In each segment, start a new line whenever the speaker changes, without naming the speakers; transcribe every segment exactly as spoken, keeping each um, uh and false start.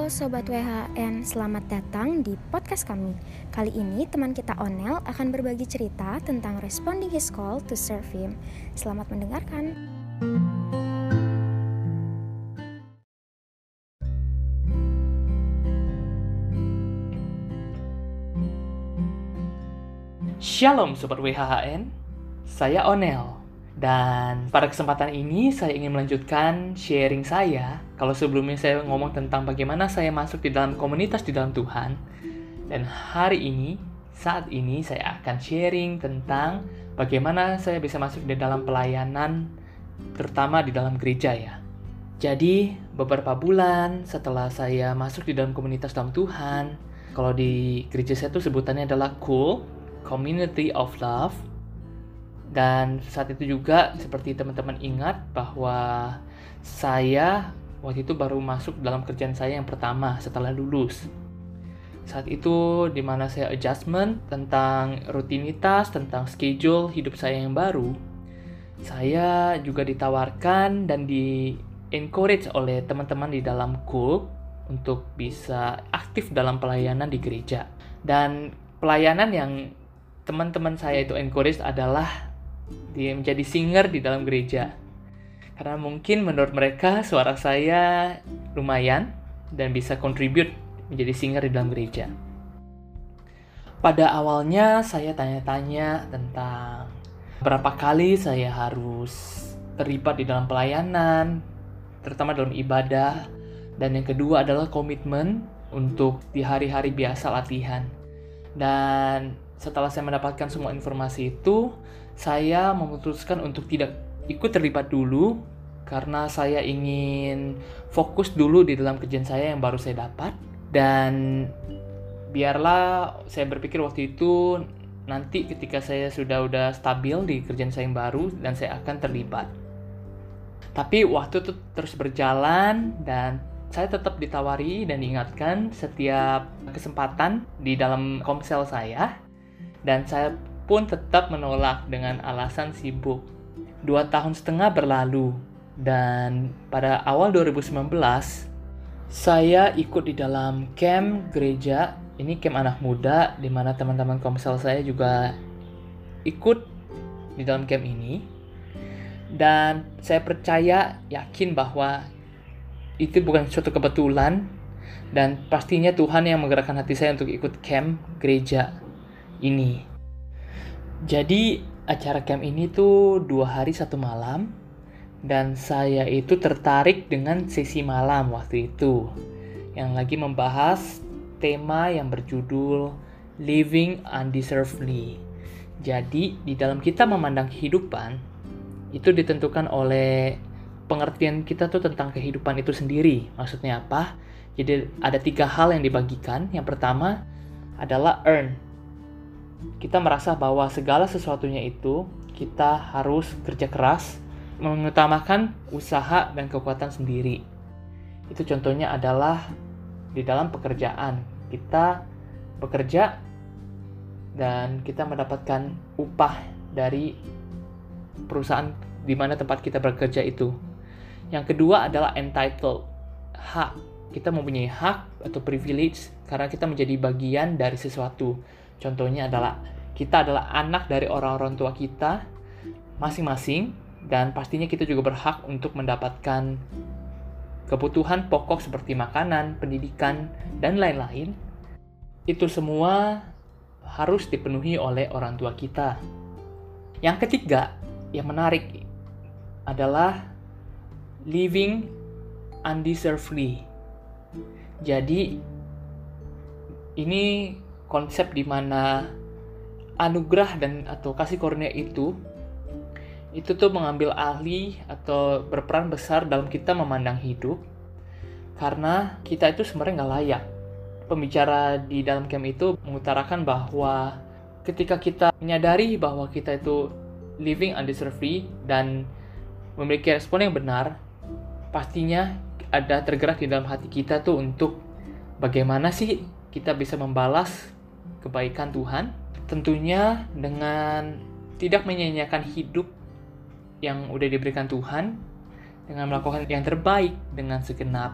Halo Sobat W H N, selamat datang di podcast kami. Kali ini teman kita Onel akan berbagi cerita tentang responding his call to serve him. Selamat mendengarkan.
Shalom Sobat W H N, saya Onel. Dan pada kesempatan ini saya ingin melanjutkan sharing saya. Kalau sebelumnya saya ngomong tentang bagaimana saya masuk di dalam komunitas di dalam Tuhan. Dan hari ini, saat ini saya akan sharing tentang bagaimana saya bisa masuk di dalam pelayanan, terutama di dalam gereja ya. Jadi beberapa bulan setelah saya masuk di dalam komunitas dalam Tuhan, kalau di gereja saya itu sebutannya adalah C O L, Community of Love. Dan saat itu juga seperti teman-teman ingat bahwa saya waktu itu baru masuk dalam kerjaan saya yang pertama setelah lulus. Saat itu di mana saya adjustment tentang rutinitas, tentang schedule hidup saya yang baru. Saya juga ditawarkan dan di encourage oleh teman-teman di dalam C O L untuk bisa aktif dalam pelayanan di gereja. Dan pelayanan yang teman-teman saya itu encourage adalah dia menjadi singer di dalam gereja. Karena mungkin menurut mereka suara saya lumayan dan bisa contribute menjadi singer di dalam gereja. Pada awalnya saya tanya-tanya tentang berapa kali saya harus terlibat di dalam pelayanan, terutama dalam ibadah. Dan yang kedua adalah komitmen untuk di hari-hari biasa latihan. Dan setelah saya mendapatkan semua informasi itu, saya memutuskan untuk tidak ikut terlibat dulu karena saya ingin fokus dulu di dalam kerjaan saya yang baru saya dapat. Dan biarlah saya berpikir waktu itu nanti ketika saya sudah udah stabil di kerjaan saya yang baru dan saya akan terlibat. Tapi waktu itu terus berjalan dan saya tetap ditawari dan diingatkan setiap kesempatan di dalam komsel saya. Dan saya pun tetap menolak dengan alasan sibuk. Dua tahun setengah berlalu, dan pada awal dua ribu sembilan belas, saya ikut di dalam camp gereja. Ini camp anak muda, di mana teman-teman komsel saya juga ikut di dalam camp ini. Dan saya percaya, yakin bahwa itu bukan suatu kebetulan, dan pastinya Tuhan yang menggerakkan hati saya untuk ikut camp gereja ini. Jadi acara camp ini tuh dua hari satu malam, dan saya itu tertarik dengan sesi malam waktu itu yang lagi membahas tema yang berjudul Living Undeservedly. Jadi di dalam kita memandang kehidupan itu ditentukan oleh pengertian kita tuh tentang kehidupan itu sendiri. Maksudnya apa? Jadi ada tiga hal yang dibagikan. Yang pertama adalah earn. Kita merasa bahwa segala sesuatunya itu kita harus kerja keras, mengutamakan usaha dan kekuatan sendiri. Itu contohnya adalah di dalam pekerjaan. Kita bekerja dan kita mendapatkan upah dari perusahaan di mana tempat kita bekerja itu. Yang kedua adalah entitled, hak. Kita mempunyai hak atau privilege karena kita menjadi bagian dari sesuatu. Contohnya adalah kita adalah anak dari orang-orang tua kita masing-masing, dan pastinya kita juga berhak untuk mendapatkan kebutuhan pokok seperti makanan, pendidikan, dan lain-lain. Itu semua harus dipenuhi oleh orang tua kita. Yang ketiga, yang menarik adalah living undeservedly. Jadi ini konsep di mana anugerah dan atau kasih karunia itu itu tuh mengambil alih atau berperan besar dalam kita memandang hidup, karena kita itu sebenarnya nggak layak. Pembicara di dalam camp itu mengutarakan bahwa ketika kita menyadari bahwa kita itu living undeservedly dan memiliki respon yang benar, pastinya ada tergerak di dalam hati kita tuh untuk bagaimana sih kita bisa membalas kebaikan Tuhan, tentunya dengan tidak menyia-nyiakan hidup yang udah diberikan Tuhan, dengan melakukan yang terbaik dengan segenap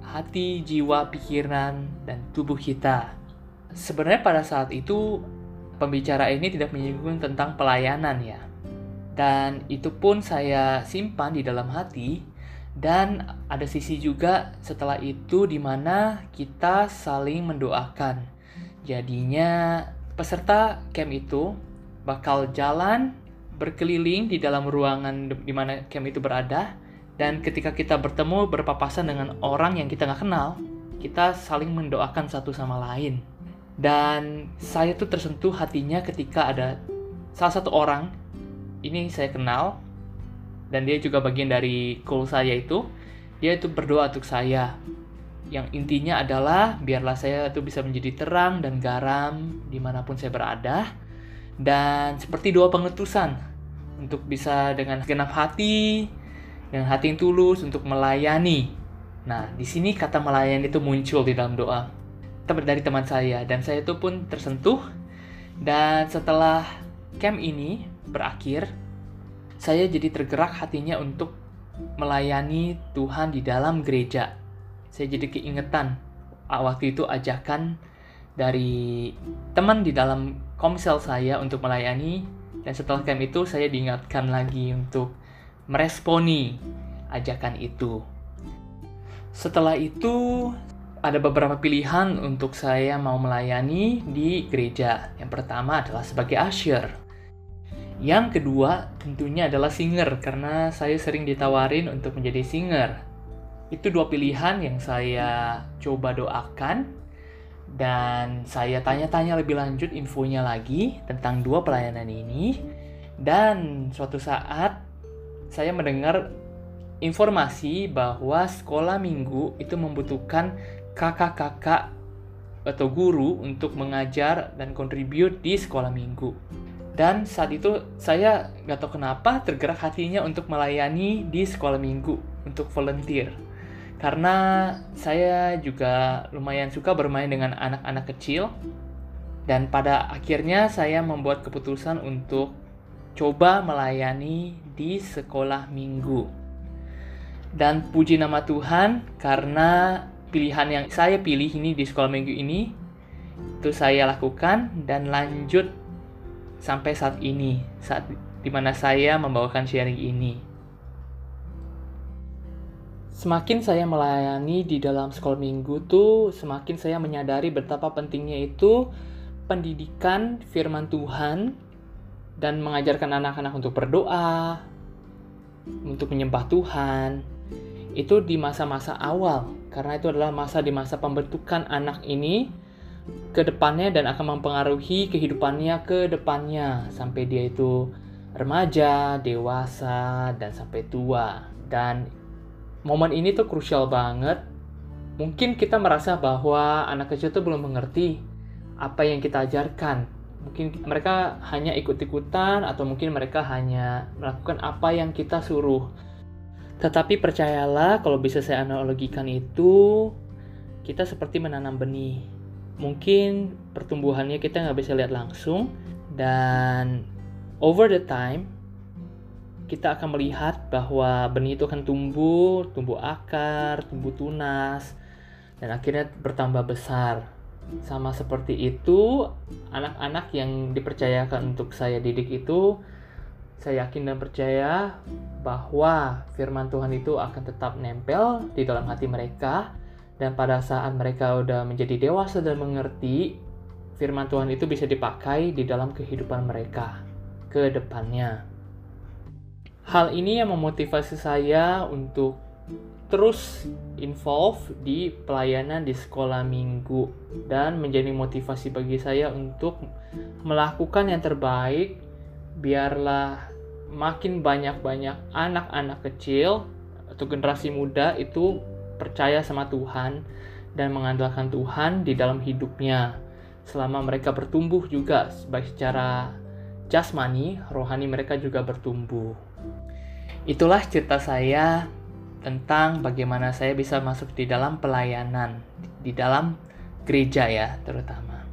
hati, jiwa, pikiran, dan tubuh kita. Sebenarnya pada saat itu pembicara ini tidak menyinggung tentang pelayanan ya. Dan itu pun saya simpan di dalam hati. Dan ada sisi juga setelah itu di mana kita saling mendoakan. Jadinya peserta camp itu bakal jalan berkeliling di dalam ruangan di mana camp itu berada. Dan ketika kita bertemu berpapasan dengan orang yang kita nggak kenal, kita saling mendoakan satu sama lain. Dan saya tuh tersentuh hatinya ketika ada salah satu orang, ini saya kenal, dan dia juga bagian dari call saya itu, dia itu berdoa untuk saya. Yang intinya adalah, biarlah saya itu bisa menjadi terang dan garam dimanapun saya berada. Dan seperti doa pengutusan, untuk bisa dengan segenap hati, dengan hati yang tulus untuk melayani. Nah, di sini kata melayani itu muncul di dalam doa dari teman saya, dan saya itu pun tersentuh. Dan setelah camp ini berakhir, saya jadi tergerak hatinya untuk melayani Tuhan di dalam gereja. Saya jadi keingetan waktu itu ajakan dari teman di dalam komsel saya untuk melayani. Dan setelah camp itu saya diingatkan lagi untuk meresponi ajakan itu. Setelah itu ada beberapa pilihan untuk saya mau melayani di gereja. Yang pertama adalah sebagai usher. Yang kedua tentunya adalah singer, karena saya sering ditawarin untuk menjadi singer. Itu dua pilihan yang saya coba doakan, dan saya tanya-tanya lebih lanjut infonya lagi tentang dua pelayanan ini. Dan suatu saat saya mendengar informasi bahwa sekolah minggu itu membutuhkan kakak-kakak atau guru untuk mengajar dan kontribut di sekolah minggu. Dan saat itu saya gak tahu kenapa tergerak hatinya untuk melayani di sekolah minggu, untuk volunteer. Karena saya juga lumayan suka bermain dengan anak-anak kecil. Dan pada akhirnya saya membuat keputusan untuk coba melayani di sekolah minggu. Dan puji nama Tuhan, karena pilihan yang saya pilih ini di sekolah minggu ini, itu saya lakukan dan lanjut sampai saat ini, saat dimana saya membawakan sharing ini. Semakin saya melayani di dalam sekolah minggu tuh, semakin saya menyadari betapa pentingnya itu pendidikan firman Tuhan dan mengajarkan anak-anak untuk berdoa, untuk menyembah Tuhan. Itu di masa-masa awal, karena itu adalah masa di masa pembentukan anak ini ke depannya dan akan mempengaruhi kehidupannya ke depannya sampai dia itu remaja, dewasa, dan sampai tua. Dan momen ini tuh krusial banget. Mungkin kita merasa bahwa anak kecil tuh belum mengerti apa yang kita ajarkan. Mungkin mereka hanya ikut-ikutan atau mungkin mereka hanya melakukan apa yang kita suruh. Tetapi percayalah, kalau bisa saya analogikan itu, kita seperti menanam benih. Mungkin pertumbuhannya kita nggak bisa lihat langsung, dan over the time kita akan melihat bahwa benih itu akan tumbuh, tumbuh akar, tumbuh tunas, dan akhirnya bertambah besar. Sama seperti itu, anak-anak yang dipercayakan untuk saya didik itu, saya yakin dan percaya bahwa firman Tuhan itu akan tetap nempel di dalam hati mereka. Dan pada saat mereka udah menjadi dewasa dan mengerti, firman Tuhan itu bisa dipakai di dalam kehidupan mereka ke depannya. Hal ini yang memotivasi saya untuk terus involve di pelayanan di sekolah minggu, dan menjadi motivasi bagi saya untuk melakukan yang terbaik, biarlah makin banyak-banyak anak-anak kecil atau generasi muda itu percaya sama Tuhan dan mengandalkan Tuhan di dalam hidupnya. Selama mereka bertumbuh juga, baik secara jasmani, rohani mereka juga bertumbuh. Itulah cerita saya tentang bagaimana saya bisa masuk di dalam pelayanan, di dalam gereja ya terutama.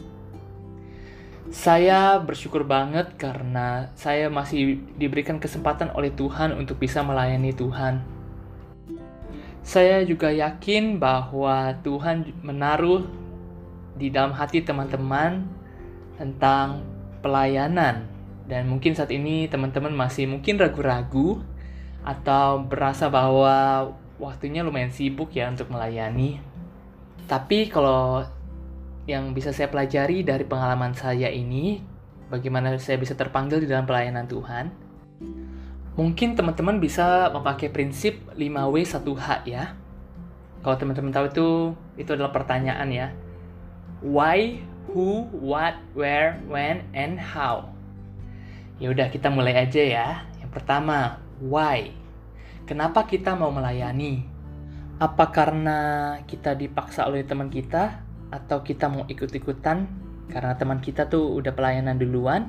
Saya bersyukur banget karena saya masih diberikan kesempatan oleh Tuhan untuk bisa melayani Tuhan. Saya juga yakin bahwa Tuhan menaruh di dalam hati teman-teman tentang pelayanan. Dan mungkin saat ini teman-teman masih mungkin ragu-ragu atau berasa bahwa waktunya lumayan sibuk ya untuk melayani. Tapi kalau yang bisa saya pelajari dari pengalaman saya ini, bagaimana saya bisa terpanggil di dalam pelayanan Tuhan, mungkin teman-teman bisa memakai prinsip lima W satu H ya. Kalau teman-teman tahu itu, itu adalah pertanyaan ya. Why, who, what, where, when, and how. Ya udah, kita mulai aja ya. Yang pertama, why? Kenapa kita mau melayani? Apa karena kita dipaksa oleh teman kita? Atau kita mau ikut-ikutan karena teman kita tuh udah pelayanan duluan?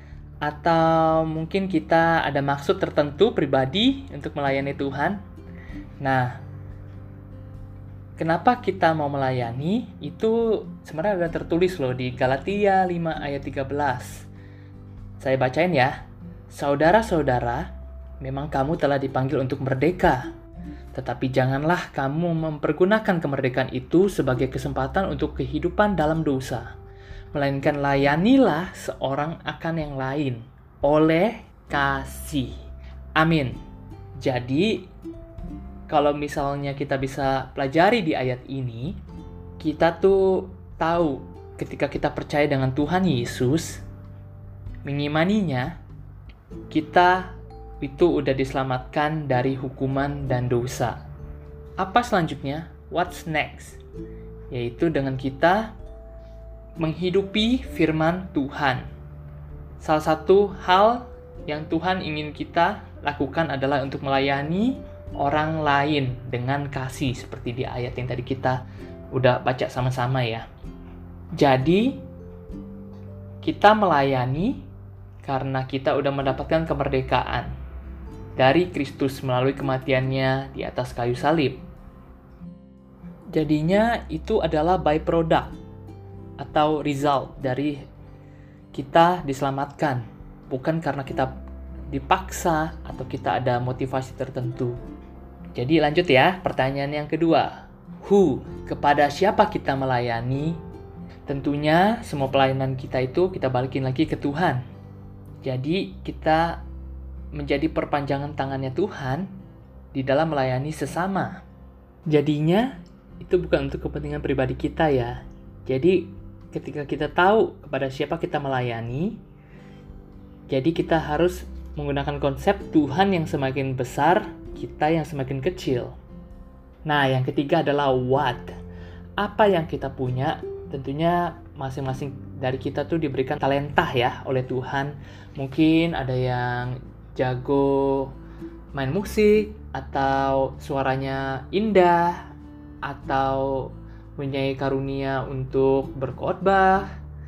Atau mungkin kita ada maksud tertentu pribadi untuk melayani Tuhan? Nah, kenapa kita mau melayani? Itu sebenarnya ada tertulis loh di Galatia lima ayat tiga belas. Saya bacain ya. Saudara-saudara, memang kamu telah dipanggil untuk merdeka. Tetapi janganlah kamu mempergunakan kemerdekaan itu sebagai kesempatan untuk kehidupan dalam dosa. Melainkan layanilah seorang akan yang lain oleh kasih. Amin. Jadi, kalau misalnya kita bisa pelajari di ayat ini, kita tuh tahu ketika kita percaya dengan Tuhan Yesus, mengimaninya, kita itu udah diselamatkan dari hukuman dan dosa. Apa selanjutnya? What's next? Yaitu dengan kita menghidupi firman Tuhan. Salah satu hal yang Tuhan ingin kita lakukan adalah untuk melayani orang lain dengan kasih, seperti di ayat yang tadi kita udah baca sama-sama ya. Jadi, kita melayani karena kita udah mendapatkan kemerdekaan dari Kristus melalui kematiannya di atas kayu salib. Jadinya itu adalah byproduct atau result dari kita diselamatkan, bukan karena kita dipaksa atau kita ada motivasi tertentu. Jadi lanjut ya, pertanyaan yang kedua. Who? Kepada siapa kita melayani? Tentunya semua pelayanan kita itu kita balikin lagi ke Tuhan. Jadi kita menjadi perpanjangan tangannya Tuhan di dalam melayani sesama. Jadinya itu bukan untuk kepentingan pribadi kita ya. Jadi ketika kita tahu kepada siapa kita melayani, jadi kita harus menggunakan konsep Tuhan yang semakin besar, kita yang semakin kecil. Nah, yang ketiga adalah what. Apa yang kita punya? Tentunya masing-masing dari kita tuh diberikan talenta ya oleh Tuhan. Mungkin ada yang jago main musik, atau suaranya indah, atau mempunyai karunia untuk berkhotbah,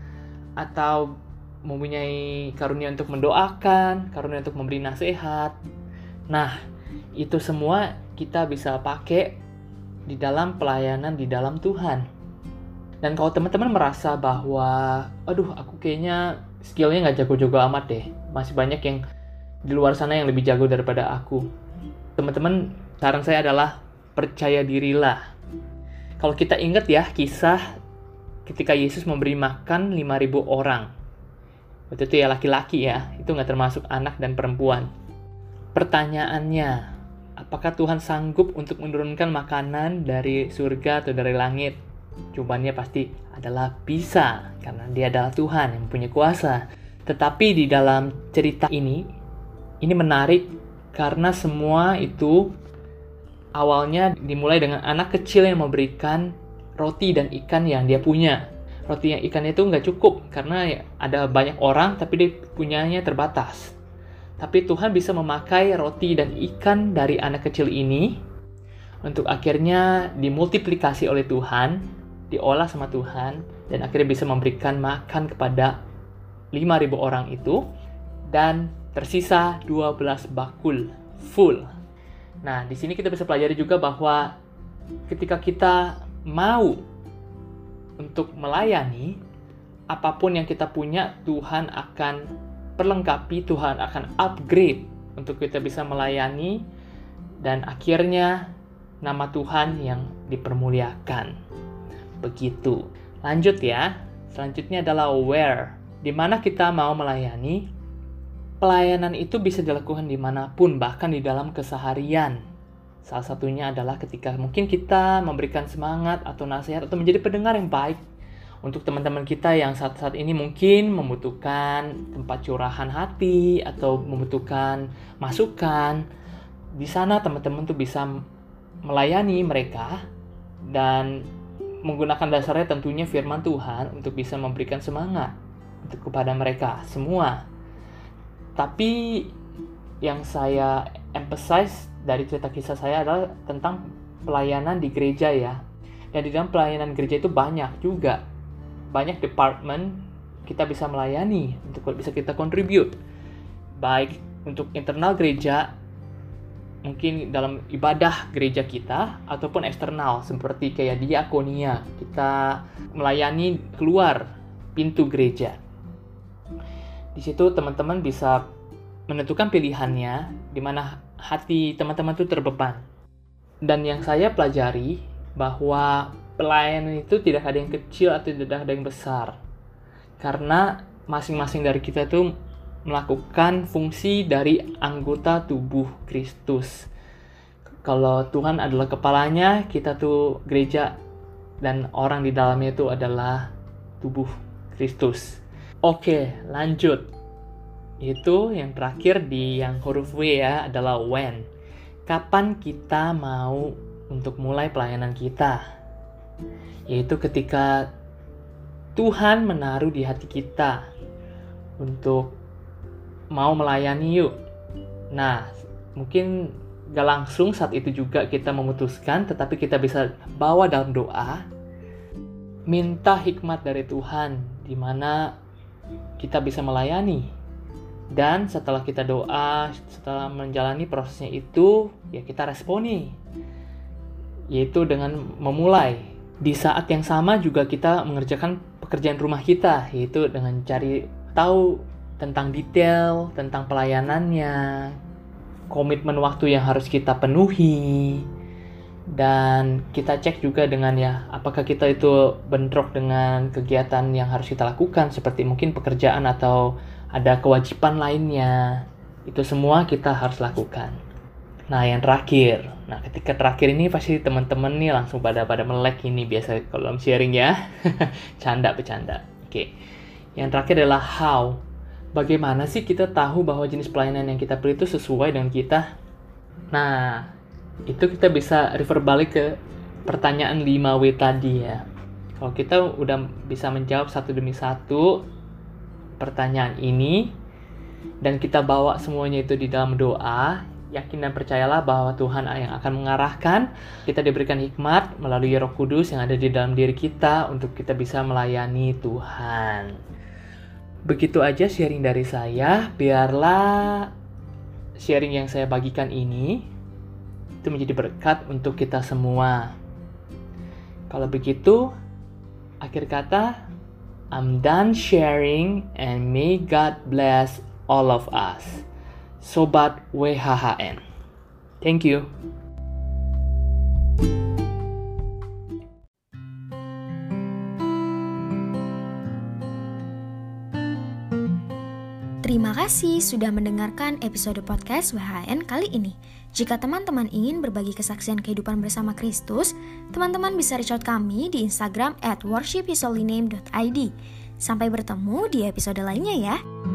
atau mempunyai karunia untuk mendoakan, karunia untuk memberi nasihat. Nah, itu semua kita bisa pakai di dalam pelayanan di dalam Tuhan. Dan kalau teman-teman merasa bahwa, aduh aku kayaknya skillnya nggak jago-jago amat deh, masih banyak yang di luar sana yang lebih jago daripada aku. Teman-teman, saran saya adalah percaya dirilah. Kalau kita ingat ya kisah ketika Yesus memberi makan lima ribu orang. Waktu itu ya laki-laki ya, itu nggak termasuk anak dan perempuan. Pertanyaannya, apakah Tuhan sanggup untuk menurunkan makanan dari surga atau dari langit? Jawabannya pasti adalah bisa, karena dia adalah Tuhan yang punya kuasa. Tetapi di dalam cerita ini, ini menarik karena semua itu awalnya dimulai dengan anak kecil yang memberikan roti dan ikan yang dia punya. Roti yang ikannya itu nggak cukup karena ada banyak orang tapi dia punyanya terbatas. Tapi Tuhan bisa memakai roti dan ikan dari anak kecil ini untuk akhirnya dimultiplikasi oleh Tuhan, diolah sama Tuhan, dan akhirnya bisa memberikan makan kepada lima ribu orang itu, dan tersisa dua belas bakul full. Nah, di sini kita bisa pelajari juga bahwa ketika kita mau untuk melayani, apapun yang kita punya, Tuhan akan perlengkapi, Tuhan akan upgrade untuk kita bisa melayani, dan akhirnya nama Tuhan yang dipermuliakan. Begitu. Lanjut ya. Selanjutnya adalah where, di mana kita mau melayani. Pelayanan itu bisa dilakukan dimanapun, bahkan di dalam keseharian. Salah satunya adalah ketika mungkin kita memberikan semangat atau nasihat atau menjadi pendengar yang baik untuk teman-teman kita yang saat-saat ini mungkin membutuhkan tempat curahan hati atau membutuhkan masukan. Di sana teman-teman tuh bisa melayani mereka dan menggunakan dasarnya tentunya firman Tuhan untuk bisa memberikan semangat untuk kepada mereka semua. Tapi yang saya emphasize dari cerita kisah saya adalah tentang pelayanan di gereja ya. Dan di dalam pelayanan gereja itu banyak juga. Banyak department kita bisa melayani, untuk bisa kita contribute. Baik untuk internal gereja, mungkin dalam ibadah gereja kita, ataupun eksternal seperti kayak diakonia, kita melayani keluar pintu gereja. Di situ teman-teman bisa menentukan pilihannya, di mana hati teman-teman itu terbeban. Dan yang saya pelajari bahwa pelayanan itu tidak ada yang kecil atau tidak ada yang besar, karena masing-masing dari kita tuh melakukan fungsi dari anggota tubuh Kristus. Kalau Tuhan adalah kepalanya, kita tuh gereja dan orang di dalamnya itu adalah tubuh Kristus. Oke, lanjut. Itu yang terakhir di yang huruf W ya, adalah when. Kapan kita mau untuk mulai pelayanan kita? Yaitu ketika Tuhan menaruh di hati kita untuk mau melayani yuk. Nah, mungkin gak langsung saat itu juga kita memutuskan, tetapi kita bisa bawa dalam doa, minta hikmat dari Tuhan, di mana kita bisa melayani. Dan setelah kita doa, setelah menjalani prosesnya itu, ya kita responi, yaitu dengan memulai. Di saat yang sama juga kita mengerjakan pekerjaan rumah kita, yaitu dengan cari tahu tentang detail, tentang pelayanannya, komitmen waktu yang harus kita penuhi, dan kita cek juga dengan ya, apakah kita itu bentrok dengan kegiatan yang harus kita lakukan, seperti mungkin pekerjaan atau ada kewajiban lainnya. Itu semua kita harus lakukan. Nah, yang terakhir, nah ketika terakhir ini pasti teman-teman nih langsung pada pada melek ini biasa kalau sharing ya, canda bercanda. Oke, yang terakhir adalah how. Bagaimana sih kita tahu bahwa jenis pelayanan yang kita pilih itu sesuai dengan kita? Nah, itu kita bisa refer balik ke pertanyaan lima W tadi ya. Kalau kita udah bisa menjawab satu demi satu pertanyaan ini, dan kita bawa semuanya itu di dalam doa, yakin dan percayalah bahwa Tuhan yang akan mengarahkan, kita diberikan hikmat melalui Roh Kudus yang ada di dalam diri kita untuk kita bisa melayani Tuhan. Begitu aja sharing dari saya. Biarlah sharing yang saya bagikan ini itu menjadi berkat untuk kita semua. Kalau begitu, akhir kata, I'm done sharing and may God bless all of us. Sobat W H H N. Thank you.
Terima kasih sudah mendengarkan episode podcast W H N kali ini. Jika teman-teman ingin berbagi kesaksian kehidupan bersama Kristus, teman-teman bisa reach out kami di Instagram at worship his holy name dot i d. Sampai bertemu di episode lainnya ya.